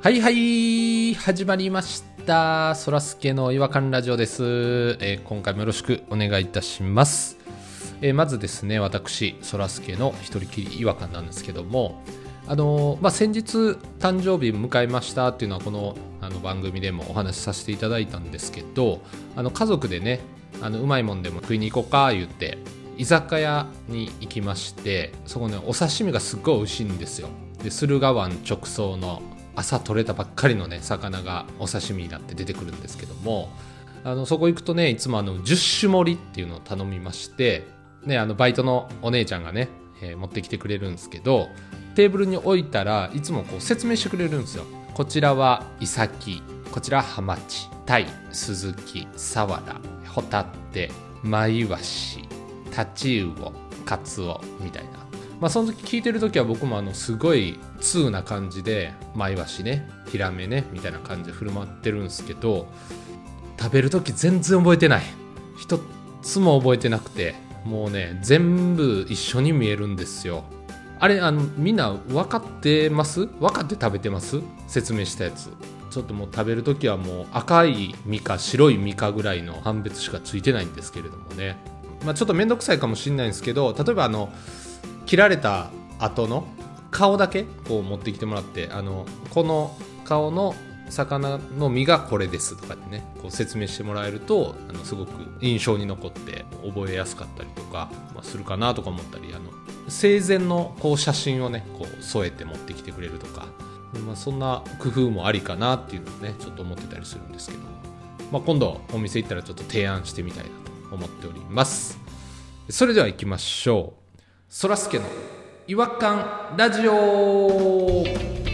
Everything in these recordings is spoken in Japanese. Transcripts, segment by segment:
はいはい、始まりました。そらすけの違和感ラジオです。今回もよろしくお願いいたします。まずですね、私そらすけの一人きり違和感なんですけども、先日誕生日迎えましたっていうのはこの番組でもお話しさせていただいたんですけど、家族でね、うまいもんでも食いに行こうか言って居酒屋に行きまして、そこねお刺身がすっごい美味しいんですよ。で駿河湾直送の朝取れたばっかりのね魚がお刺身になって出てくるんですけども、そこ行くとね、いつも10種盛りっていうのを頼みまして、ね、バイトのお姉ちゃんがね、持ってきてくれるんですけど、テーブルに置いたらいつもこう説明してくれるんですよ。こちらはイサキ、こちらハマチ、タイ、スズキ、サワラ、ホタテ、マイワシ、タチウオ、カツオみたいな。その時聞いてる時は僕もすごい通な感じでマイワシね、ヒラメねみたいな感じで振る舞ってるんですけど、食べる時全然覚えてない。一つも覚えてなくて、もうね全部一緒に見えるんですよ。あれみんな分かってます？分かって食べてます？説明したやつ。ちょっともう食べる時はもう赤い実か白い実かぐらいの判別しかついてないんですけれどもね。ちょっとめんどくさいかもしれないんですけど、例えば切られた後の顔だけこう持ってきてもらって、この顔の魚の身がこれですとかってね、こう説明してもらえるとすごく印象に残って覚えやすかったりとか、するかなとか思ったり、生前のこう写真をねこう添えて持ってきてくれるとか、そんな工夫もありかなっていうのをねちょっと思ってたりするんですけど、今度お店行ったらちょっと提案してみたいなと思っております。それでは行きましょう。そらすけの違和感ラジオ。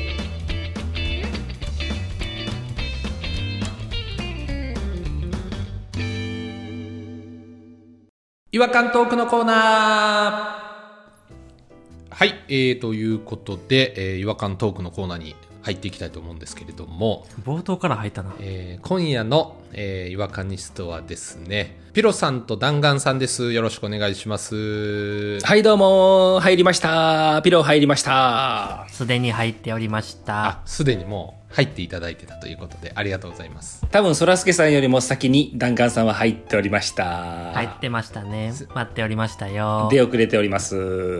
違和感トークのコーナー。はい、ということで、違和感トークのコーナーに入っていきたいと思うんですけれども、 冒頭から入ったな。 今夜の、違和感ニストはですね、ピロさんと弾丸さんです。よろしくお願いします。 はい、どうも入りました。ピロ入りました。 すでに入っておりました。 すでにもう入っていただいてたということでありがとうございます。 多分そらすけさんよりも先に弾丸さんは入っておりました。 入ってましたね。待っておりましたよ。 出遅れております。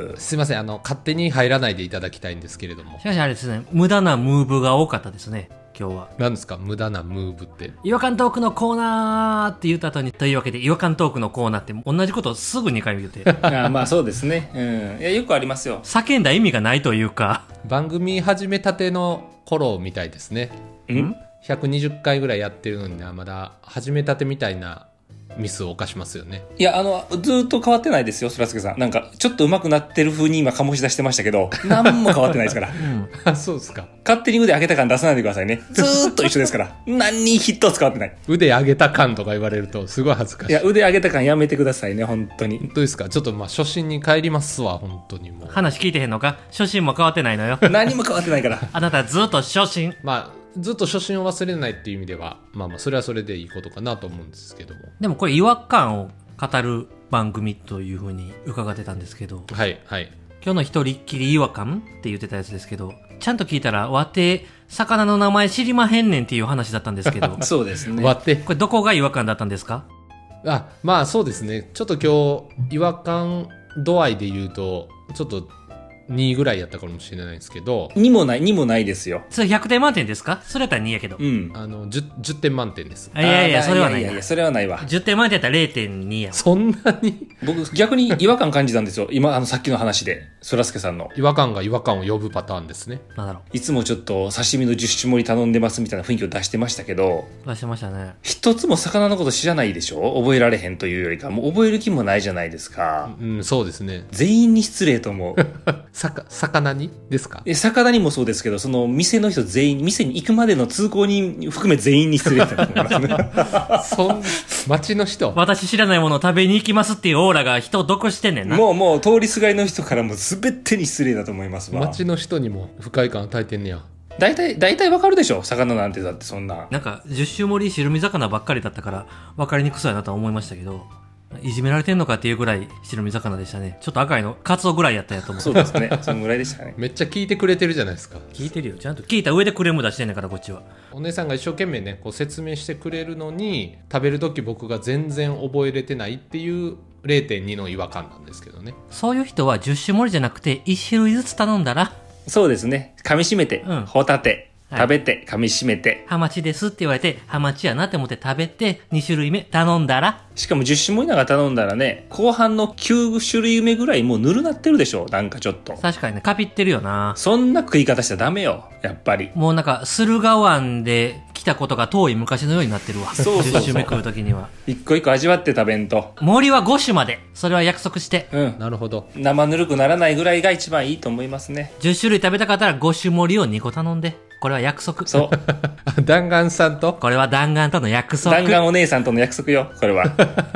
すいません、勝手に入らないでいただきたいんですけれども。 しかしあれですね、無駄なムーブが多かったですね、今日は。 何ですか無駄なムーブって？ 違和感トークのコーナーって言った後に、というわけで違和感トークのコーナーって同じことをすぐ2回言ってそうですね、いやよくありますよ。 叫んだ意味がないというか、 番組始めたての頃みたいですね。120回ぐらいやってるのにまだ始めたてみたいなミスを犯しますよね。 いやずっと変わってないですよ、そらすけさん。なんかちょっと上手くなってる風に今醸し出してましたけど、何も変わってないですからそうですか。 勝手に腕上げた感出さないでくださいね。ずーっと一緒ですから何にヒット使わってない。 腕上げた感とか言われるとすごい恥ずかしい。 いや腕上げた感やめてくださいね、本当に。 本当ですか。ちょっと初心に帰りますわ。本当にもう話聞いてへんのか。初心も変わってないのよ何も変わってないからあなたずっと初心。 ずっと初心を忘れないっていう意味ではそれはそれでいいことかなと思うんですけども。 でもこれ違和感を語る番組というふうに伺ってたんですけど、 はいはい。 今日の一人っきり違和感って言ってたやつですけど、ちゃんと聞いたらわて魚の名前知りまへんねんっていう話だったんですけどそうですね。 わてこれどこが違和感だったんですか？ そうですね。ちょっと今日違和感度合いで言うとちょっと2ぐらいやったかもしれないんですけど、 2もないですよ。 それ100点満点ですか？それやったら2やけど。 10点満点です。 いやいや、それはない。 いやいや、それはないわ。 10点満点やったら 0.2 や。 そんなに僕、逆に違和感感じたんですよ。今、さっきの話で。そらすけさんの。 違和感が違和感を呼ぶパターンですね。 なんだろう。いつもちょっと刺身の10種盛り頼んでますみたいな雰囲気を出してましたけど。 出してましたね。 一つも魚のこと知らないでしょ？覚えられへんというよりか、もう覚える気もないじゃないですか。 そうですね。 全員に失礼と思う。 魚にですか？ 魚にもそうですけど、その店の人全員、店に行くまでの通行人含め全員に失礼だと思いますね。 街の人。 私知らないものを食べに行きますっていうオーラが人をどこしてんねんな。 もう通りすがりの人からも全てに失礼だと思いますわ。 街の人にも不快感与えてんねや。 大体わかるでしょ、魚なんて。だってそんな。 なんか10種盛り白身魚ばっかりだったから分かりにくそうやなとは思いましたけど。 いじめられてんのかっていうぐらい白身魚でしたね。ちょっと赤いのカツオぐらいやったんやと思う。 そうですね。そのぐらいでしたね。 めっちゃ聞いてくれてるじゃないですか。 聞いてるよ。ちゃんと聞いた上でクレーム出してんねんから、こっちは。 お姉さんが一生懸命ねこう説明してくれるのに食べる時僕が全然覚えれてないっていう 0.2 の違和感なんですけどね。 そういう人は10種盛りじゃなくて1種類ずつ頼んだら、 そうですね。噛み締めて、 うんホタテ、 はい食べて、噛み締めて。 ハマチですって言われて、ハマチやなって思って食べて、2種類目頼んだら、 しかも10種盛りながら頼んだらね、後半の9種類目ぐらいもうぬるなってるでしょ。なんかちょっと。 確かにね、カピってるよな。 そんな食い方しちゃダメよ。やっぱり。 もうなんか、駿河湾で来たことが遠い昔のようになってるわ。 そうそうそう 10種目食うときには。 一個一個味わって食べんと。 森は5種まで。それは約束して。 うん。 なるほど。 生ぬるくならないぐらいが一番いいと思いますね。 10種類食べたかったら5種盛りを2個頼んで。これは約束。 そう。 弾丸さんとこれは弾丸との約束。 弾丸お姉さんとの約束よ、これは。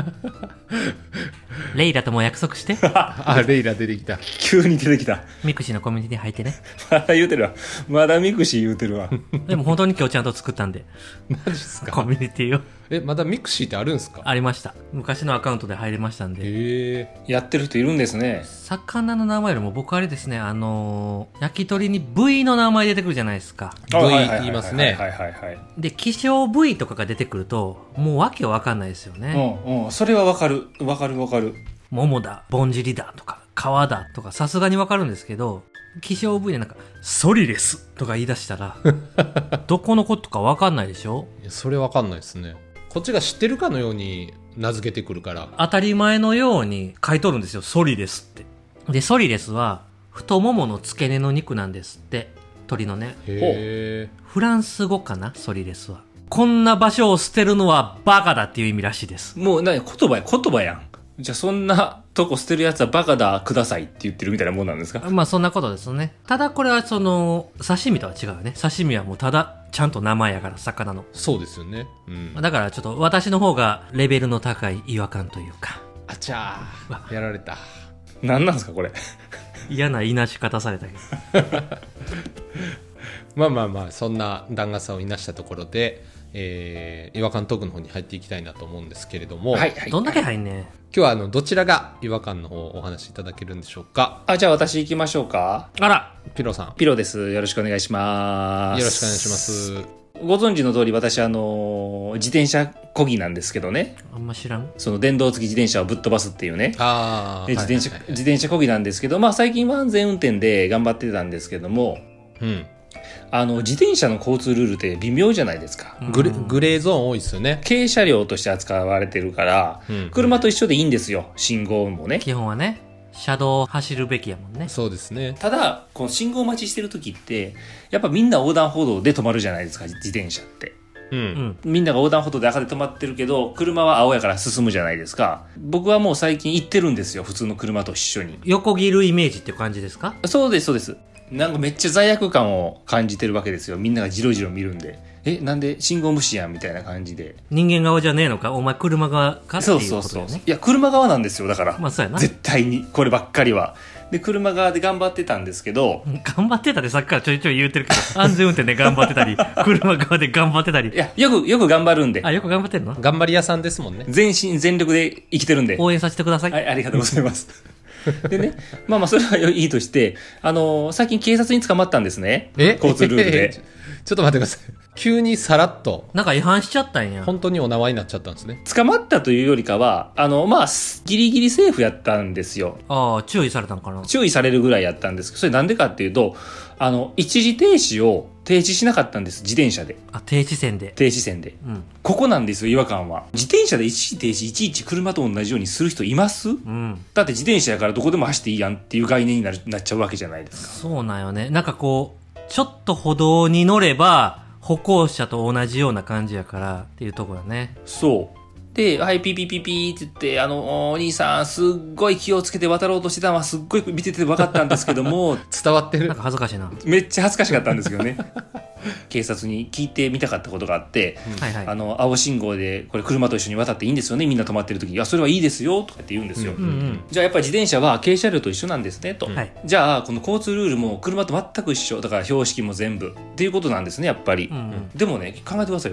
レイラとも約束して。 あレイラ出てきた。 急に出てきた。 ミクシーのコミュニティに入ってね。 まだ言うてるわ。まだミクシー言うてるわ。 でも本当に今日ちゃんと作ったんで。 マジっすコか。 ミュニティを。 まだミクシーってあるんすか。 ありました。昔のアカウントで入れましたんで。 へやってる人いるんですね。 魚の名前よりも僕あれですね、焼き鳥に部位の名前出てくるじゃないですか。 部位言いますね。 はいはいはい。 で、希少部位とかが出てくると、もうわけわかんないですよね。 うんうん。それはわかる。わかるわかる。 桃だ、ぼんじりだとか、皮だとか、さすがにわかるんですけど、希少部位でなんか、ソリレスとか言い出したら、どこのことかわかんないでしょ。 いやそれわかんないですね。こっちが知ってるかのように名付けてくるから。 当たり前のように書いとるんですよ、ソリレスって。で、ソリレスは、太ももの付け根の肉なんですって。鳥のね。 へフランス語かな、ソリレスは。こんな場所を捨てるのはバカだっていう意味らしいです。 もう言葉やん。じゃあそんなとこ捨てるやつはバカだ、くださいって言ってるみたいなもんなんですか？ まあそんなことですね。ただこれはその、刺身とは違うよね。刺身はもうただ、ちゃんと名前やから、魚の。 そうですよね。うん。 だからちょっと私の方がレベルの高い違和感というか、 あちゃー。やられた。 何なんですかこれ。 嫌ないなし方されたけど。 まあまあまあそんな弾丸さんをいなしたところで、違和感トークの方に入っていきたいなと思うんですけれども、 はいはい。 どんだけ入んねん。 今日はどちらが違和感の方をお話しいただけるんでしょうか。 じゃあ私行きましょうか。 あら、 ピロさん、よピロです。よろしくお願いします。 ろしくお願いします。 ご存知の通り私自転車漕ぎなんですけどね。 あんま知らん。 その電動付き自転車をぶっ飛ばすっていうね。 ああ、 で自はい転車漕ぎなんですけど、まあ最近は安全運転で頑張ってたんですけども、 うん自転車の交通ルールって微妙じゃないですか。 グレーゾーン多いですよね。 軽車両として扱われてるから、 うん車と一緒でいいんですよ。信号もね。 基本はね、車道を走るべきやもんね。 そうですね。 ただ、この信号待ちしてる時って、やっぱみんな横断歩道で止まるじゃないですか、自転車って。 うん、 うん。 みんなが横断歩道で赤で止まってるけど、車は青やから進むじゃないですか。僕はもう最近行ってるんですよ、普通の車と一緒に。 横切るイメージっていう感じですか？ そうです、そうです。なんかめっちゃ罪悪感を感じてるわけですよ。みんながジロジロ見るんで。なんで信号無視やんみたいな感じで。 人間側じゃねえのか、お前車側かっていうことだよね。 そう。いや、車側なんですよ、だから。 まあそうやな。 絶対に、こればっかりは。で、車側で頑張ってたんですけど、 頑張ってたでさっきからちょいちょい言うてるけど、安全運転で頑張ってたり、車側で頑張ってたりい。や、よく頑張るんで。 あ、よく頑張ってんの？ 頑張り屋さんですもんね。 全身全力で生きてるんで。 応援させてください。 はい、ありがとうございます。でね、まあそれはいいとして、最近警察に捕まったんですね。交通ルールで。 ちょっと待ってください。急にさらっとなんか違反しちゃったんや。 本当にお縄になっちゃったんですね。 捕まったというよりかは、まあ、ギリギリセーフやったんですよ。 ああ、注意されたのかな。 注意されるぐらいやったんですけど、それなんでかっていうと、一時停止を停止しなかったんです、自転車で。 あ、停止線で。 停止線で。 うん。 ここなんですよ、違和感は。自転車で一時停止、いちいち車と同じようにする人います？ うん。 だって自転車やからどこでも走っていいやんっていう概念になっちゃうわけじゃないですか。 そうなんよね。なんかこう、ちょっと歩道に乗れば、歩行者と同じような感じやからっていうところだね。 そう。で、はい、ピーピーピーピーって言って、お兄さん、すっごい気をつけて渡ろうとしてたのはすっごい見てて分かったんですけども、 伝わってるなん。か恥ずかしいな。 めっちゃ恥ずかしかったんですけどね。警察に聞いてみたかったことがあって、 はいはい。 青信号でこれ車と一緒に渡っていいんですよね、みんな止まってる時。いや、それはいいですよ、とかって言うんですよ。 うんうん。 じゃあやっぱり自転車は軽車両と一緒なんですね、と。 はい。 じゃあこの交通ルールも車と全く一緒。だから標識も全部。っていうことなんですね、やっぱり。 うんうん。 でもね、考えてくださいよ。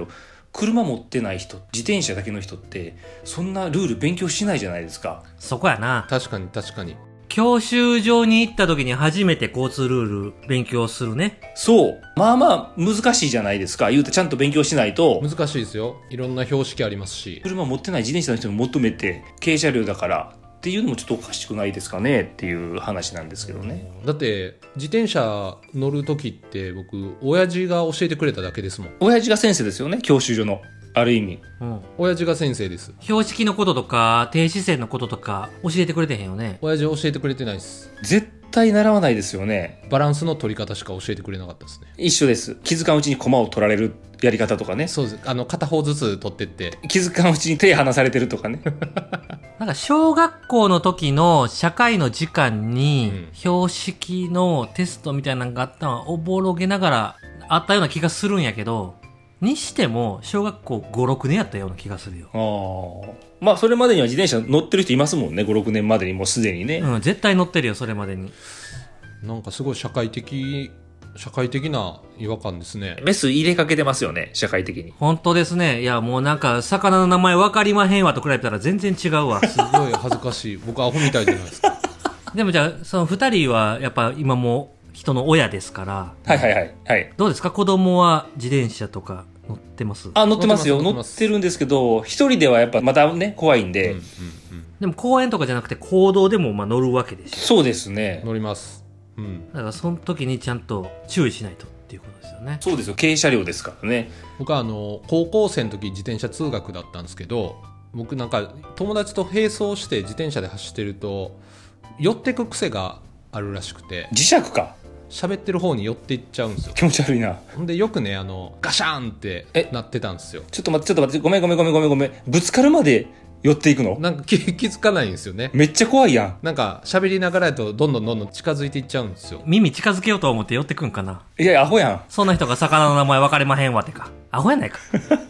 車持ってない人、自転車だけの人って、そんなルール勉強しないじゃないですか。 そこやな。 確かに確かに。 教習所に行った時に初めて交通ルール勉強するね。 そう。まあまあ難しいじゃないですか。言うてちゃんと勉強しないと。 難しいですよ。いろんな標識ありますし。 車持ってない自転車の人に求めて、軽車両だからっていうのもちょっとおかしくないですかねっていう話なんですけどね。 だって自転車乗る時って僕親父が教えてくれただけですもん。 親父が先生ですよね、教習所の。ある意味。 親父が先生です。 標識のこととか停止線のこととか教えてくれてへんよね。 親父教えてくれてないです。 絶対習わないですよね。 バランスの取り方しか教えてくれなかったですね。 一緒です。気づかんうちに駒を取られるやり方とかね。 そうです。片方ずつ取ってって気づかんうちに手離されてるとかね。 なんか小学校の時の社会の時間に標識のテストみたいなのがあったのはおぼろげながらあったような気がするんやけど、にしても小学校5、6年やったような気がするよ。 まあそれまでには自転車乗ってる人いますもんね。5、6年までにもうすでにね。 うん、絶対乗ってるよ、それまでに。 なんかすごい社会的な違和感ですね。 メス入れかけてますよね、社会的に。 本当ですね。いや、もうなんか魚の名前分かりまへんわと比べたら全然違うわ。 すごい恥ずかしい。僕アホみたいじゃないですか。 でもじゃあその2人はやっぱ今も人の親ですから。 はいはいはいはい。 どうですか、子供は自転車とか乗ってます？ 乗ってますよ。乗ってるんですけど、一人ではやっぱまたね、怖いんで。 でも公園とかじゃなくて公道でもまあ乗るわけでしょ。 そうですね。 乗ります。 だからその時にちゃんと注意しないとっていうことですよね。 そうですよ。軽車両ですからね。 僕は高校生の時自転車通学だったんですけど、僕なんか友達と並走して自転車で走ってると寄ってく癖があるらしくて、 磁石か。 喋ってる方に寄っていっちゃうんですよ。 気持ち悪いな。 ほんでよくねガシャーンってなってたんですよ。 ちょっと待って、ごめん。ぶつかるまで寄っていくの？ なんか気づかないんですよね。 めっちゃ怖いやん。 なんか喋りながらやとどんどん近づいていっちゃうんですよ。 耳近づけようと思って寄ってくんかな。 いやアホやん。 そんな人が魚の名前分かれまへんわってか。アホやないか。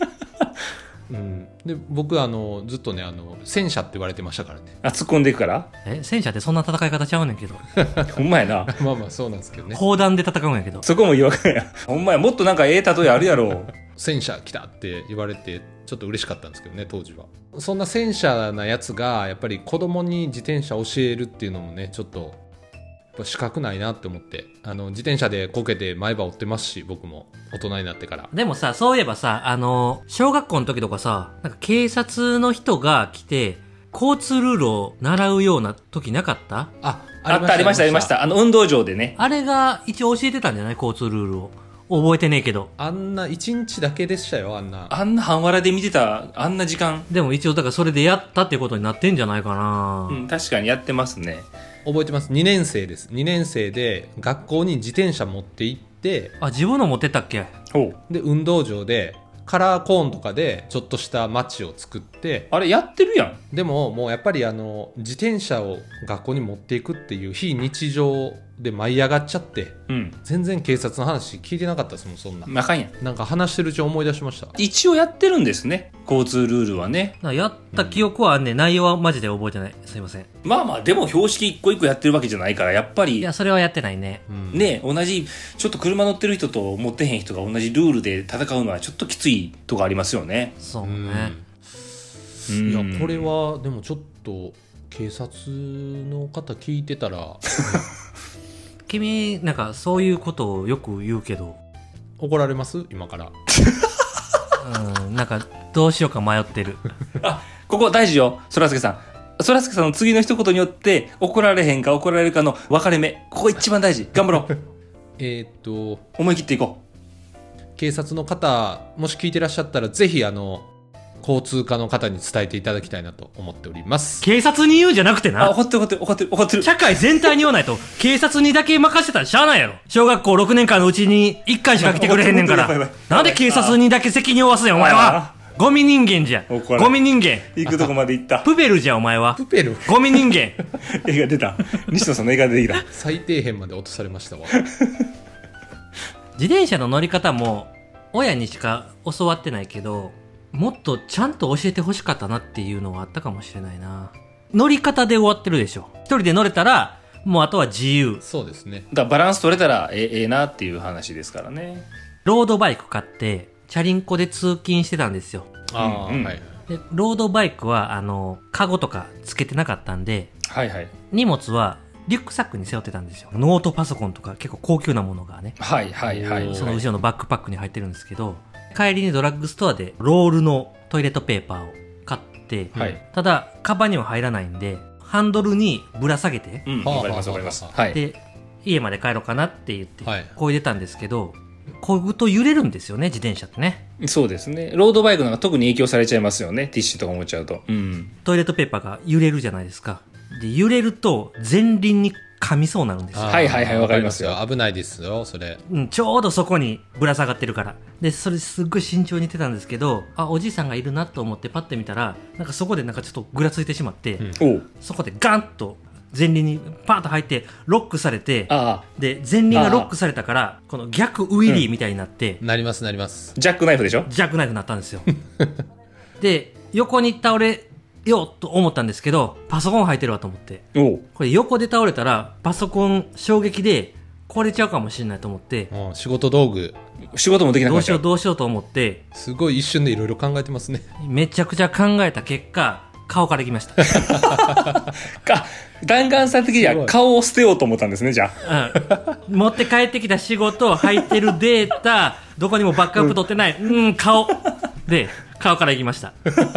で僕ずっとね戦車って言われてましたからね。 突っ込んでいくから。 戦車ってそんな戦い方ちゃうねんけど。 ほんまやな。 まあそうなんですけどね。 砲弾で戦うんやけど。 そこも違和感や。ほんまや。もっとなんか例えあるやろ。 戦車来たって言われてちょっと嬉しかったんですけどね、当時は。そんな戦車なやつがやっぱり子供に自転車教えるっていうのもね、ちょっと資格ないなって思って、自転車でこけて前歯折ってますし、僕も大人になってから。 でもさ、そういえばさ、小学校の時とかさ、なんか警察の人が来て交通ルールを習うような時なかった？ ありました。運動場でね。 あれが一応教えてたんじゃない？交通ルールを。覚えてねえけど。 あんな1日だけでしたよ、あんな半笑いで見てた、あんな時間。 でも一応だからそれでやったってことになってんじゃないかな。 確かにやってますね。 覚えてます。2年生です。2年生で学校に自転車持って行って、 自分の持ってったっけ？ で運動場でカラーコーンとかでちょっとした街を作って、 あれやってるやん。 でももうやっぱり自転車を学校に持っていくっていう非日常で舞い上がっちゃって、全然警察の話聞いてなかったですもん。そんなあかんやん。 なんか話してるうち思い出しました。 一応やってるんですね、交通ルールはね。 やった記憶はあんね、内容はマジで覚えてない。すいません。 まあでも標識一個一個やってるわけじゃないから、やっぱりいやそれはやってないね。 ね、同じちょっと車乗ってる人と乗ってへん人が同じルールで戦うのはちょっときついとこありますよね。 そうね。 いやこれはでもちょっと警察の方聞いてたら君なんかそういうことをよく言うけど怒られます？今からなんかどうしようか迷ってる。 ここ大事よ、そらすけさん。そらすけさんの次の一言によって怒られへんか怒られるかの分かれ目、ここ一番大事。頑張ろう。思い切っていこう。警察の方もし聞いてらっしゃったらぜひ交通課の方に伝えていただきたいなと思っております。 警察に言うんじゃなくてな。 怒ってる。 社会全体に言わないと、警察にだけ任せたらしゃあないやろ。小学校6年間のうちに1回しか来てくれへんねんから。なんで警察にだけ責任を負わすんや、お前は。ゴミ人間じゃ。ゴミ人間。 行くとこまで行った。 プペルじゃ、お前は。 プペル。 ゴミ人間。 映画出た。西野さんの映画出てきた。 最底辺まで落とされましたわ。 自転車の乗り方も、親にしか教わってないけど、もっとちゃんと教えてほしかったなっていうのはあったかもしれないな。乗り方で終わってるでしょ。一人で乗れたらもうあとは自由。 そうですね。 だからバランス取れたらええなっていう話ですからね。 ロードバイク買ってチャリンコで通勤してたんですよ。 ああ、 うんうんはい。 で、ロードバイクは、カゴとかつけてなかったんで、 はいはい。 荷物はリュックサックに背負ってたんですよ。ノートパソコンとか結構高級なものがね、 はいはいはい。 その後ろのバックパックに入ってるんですけど、帰りにドラッグストアでロールのトイレットペーパーを買って、 はい。 ただ、カバンには入らないんで、ハンドルにぶら下げて、 うん、 はあわかりますわかります。 ははい。 で、家まで帰ろうかなって言ってはい、 こいでたんですけど、こぐと揺れるんですよね、自転車ってね。 そうですね。ロードバイクなんか特に影響されちゃいますよね。ティッシュとか持っちゃうと。うん。 トイレットペーパーが揺れるじゃないですか。で、揺れると前輪に噛みそうになるんですよ。 はいはいはいわかりますよ危ないですよ、それ。 うん、ちょうどそこにぶら下がってるから。で、それすっごい慎重に言ってたんですけど、あ、おじいさんがいるなと思ってパッて見たら、なんかそこでなんかちょっとぐらついてしまって、 うんおう。 そこでガンと前輪にパーンと入ってロックされて、 ああ、 で、前輪がロックされたから、この逆ウィリーみたいになって、 なります、なります。 ジャックナイフでしょ？ ジャックナイフになったんですよ。で、横に倒れようと思ったんですけど、パソコン入ってるわと思って、 おう。 これ横で倒れたら、パソコン衝撃で壊れちゃうかもしれないと思って、 うん、仕事道具。 仕事もできなくどうしようなっちゃう。 どうしようと思って、 すごい一瞬でいろいろ考えてますね。 めちゃくちゃ考えた結果、顔から来ました。 弾丸さん的には顔を捨てようと思ったんですね、じゃあ。 うん、持って帰ってきた仕事、入ってるデータ、どこにもバックアップ取ってない、顔。で、顔から行きました。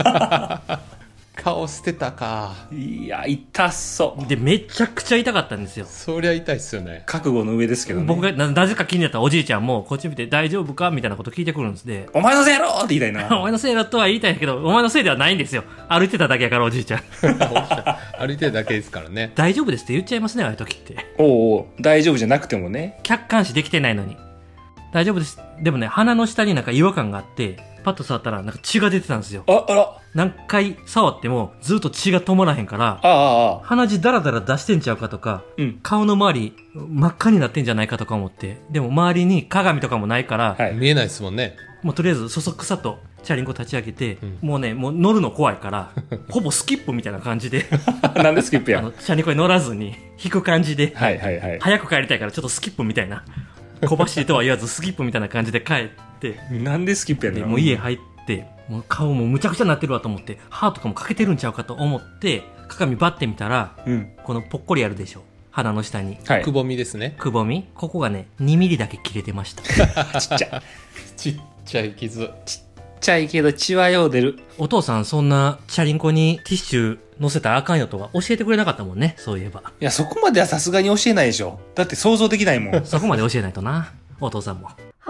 顔捨てたか。 いや、痛そう。 で、めちゃくちゃ痛かったんですよ。 そりゃ痛いっすよね。 覚悟の上ですけどね。 僕がなぜか気になったおじいちゃんも、こっち見て大丈夫かみたいなこと聞いてくるんですで、 お前のせいやろって言いたいな。 お前のせいだとは言いたいけど、お前のせいではないんですよ。歩いてただけやから、おじいちゃん。 歩いてるだけですからね。 大丈夫ですって言っちゃいますね、ああいう時って。 おうおう、大丈夫じゃなくてもね。 客観視できてないのに。大丈夫です。でもね、鼻の下になんか違和感があって、パッと触ったらなんか血が出てたんですよ。 あら。 何回触ってもずっと血が止まらへんから、 ああ。 鼻血ダラダラ出してんちゃうかとか、 うん。 顔の周り真っ赤になってんじゃないかとか思って、でも周りに鏡とかもないから、 はい。 見えないですもんね。 もうとりあえずそそくさとチャリンコ立ち上げて、 うんもうね、もう乗るの怖いから、ほぼスキップみたいな感じで、 なんでスキップや。 チャリンコに乗らずに引く感じで、 はいはいはい。 早く帰りたいからちょっとスキップみたいな、小走りとは言わずスキップみたいな感じで帰って、 なんでスキップやねん。 でもう家入って、もう顔もむちゃくちゃになってるわと思って、歯とかもかけてるんちゃうかと思って、鏡バッて見たら、 うん。 このぽっこりあるでしょ。鼻の下に。 はい。 くぼみですね。 くぼみここがね、2ミリだけ切れてました。 ちっちゃい。 ちっちゃい傷。 ちっちゃいけど血はよう出る。 お父さんそんなチャリンコにティッシュ乗せたらあかんよとか教えてくれなかったもんね、そういえば。 いや、そこまではさすがに教えないでしょ。だって想像できないもん。 そこまで教えないとな、お父さんも。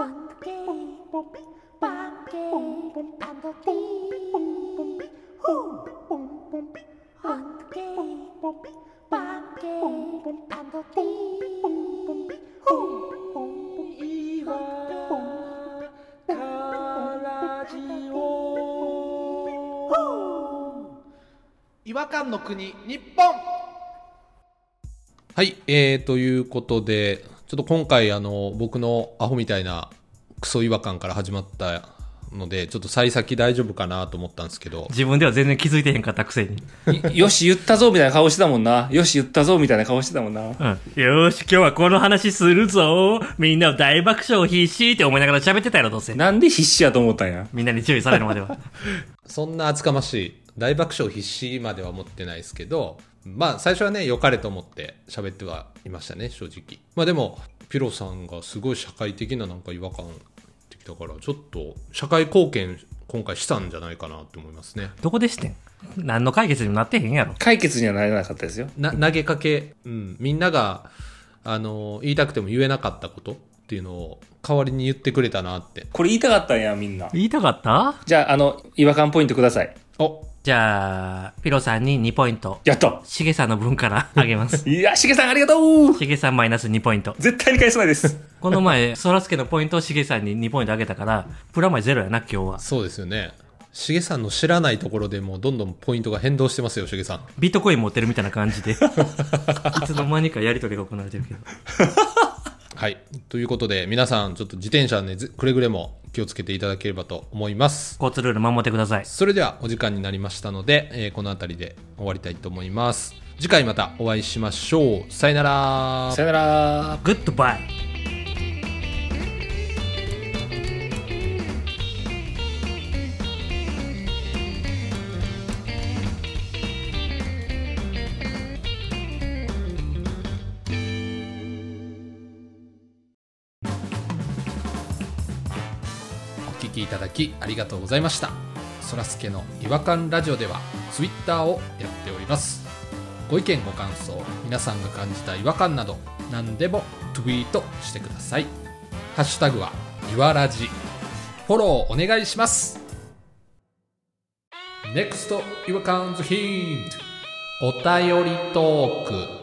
違和感の国日本。はい、ということでちょっと今回僕のアホみたいなクソ違和感から始まったのでちょっと幸先大丈夫かなと思ったんですけど、 自分では全然気づいてへんかったくせに。 よし、言ったぞみたいな顔してたもんな。よし、言ったぞみたいな顔してたもんな。 うん。よーし、今日はこの話するぞ。みんな大爆笑必至って思いながら喋ってたやろ、どうせ。 なんで必死やと思ったんや。 みんなに注意されるまでは。 そんな厚かましい大爆笑必至までは思ってないですけど、まあ最初はね良かれと思って喋ってはいましたね、正直。まあでもピロさんがすごい社会的ななんか違和感ってきたから、ちょっと社会貢献今回したんじゃないかなって思いますね。 どこでしてん？何の解決にもなってへんやろ。 解決にはならなかったですよ。 投げかけ、みんなが言いたくても言えなかったことっていうのを代わりに言ってくれたなって。 これ言いたかったんや、みんな。 言いたかった？ じゃあ、違和感ポイントください。 お、 じゃあ、ピロさんに2ポイント。 やった。 しげさんの分からあげます。 いや、しげさんありがとう。 しげさんマイナス2ポイント。 絶対に返さないです。 この前、そらすけのポイントをしげさんに2ポイントあげたから、プラマイゼロやな、今日は。 そうですよね。しげさんの知らないところでもうどんどんポイントが変動してますよ、しげさん。 ビットコイン持ってるみたいな感じで。いつの間にかやりとりが行われてるけど。 はい。ということで、皆さん、ちょっと自転車ね、くれぐれも気をつけていただければと思います。 交通ルール守ってください。 それでは、お時間になりましたので、この辺りで終わりたいと思います。次回またお会いしましょう。さよなら。 さよなら。 グッドバイ。 きいただきありがとうございました。そらすけの違和感ラジオではツイッターをやっております。ご意見ご感想、皆さんが感じた違和感など何でもツイートしてください。ハッシュタグはいわらじ、フォローお願いします。 NEXT 違和感ズヒント、お便りトーク。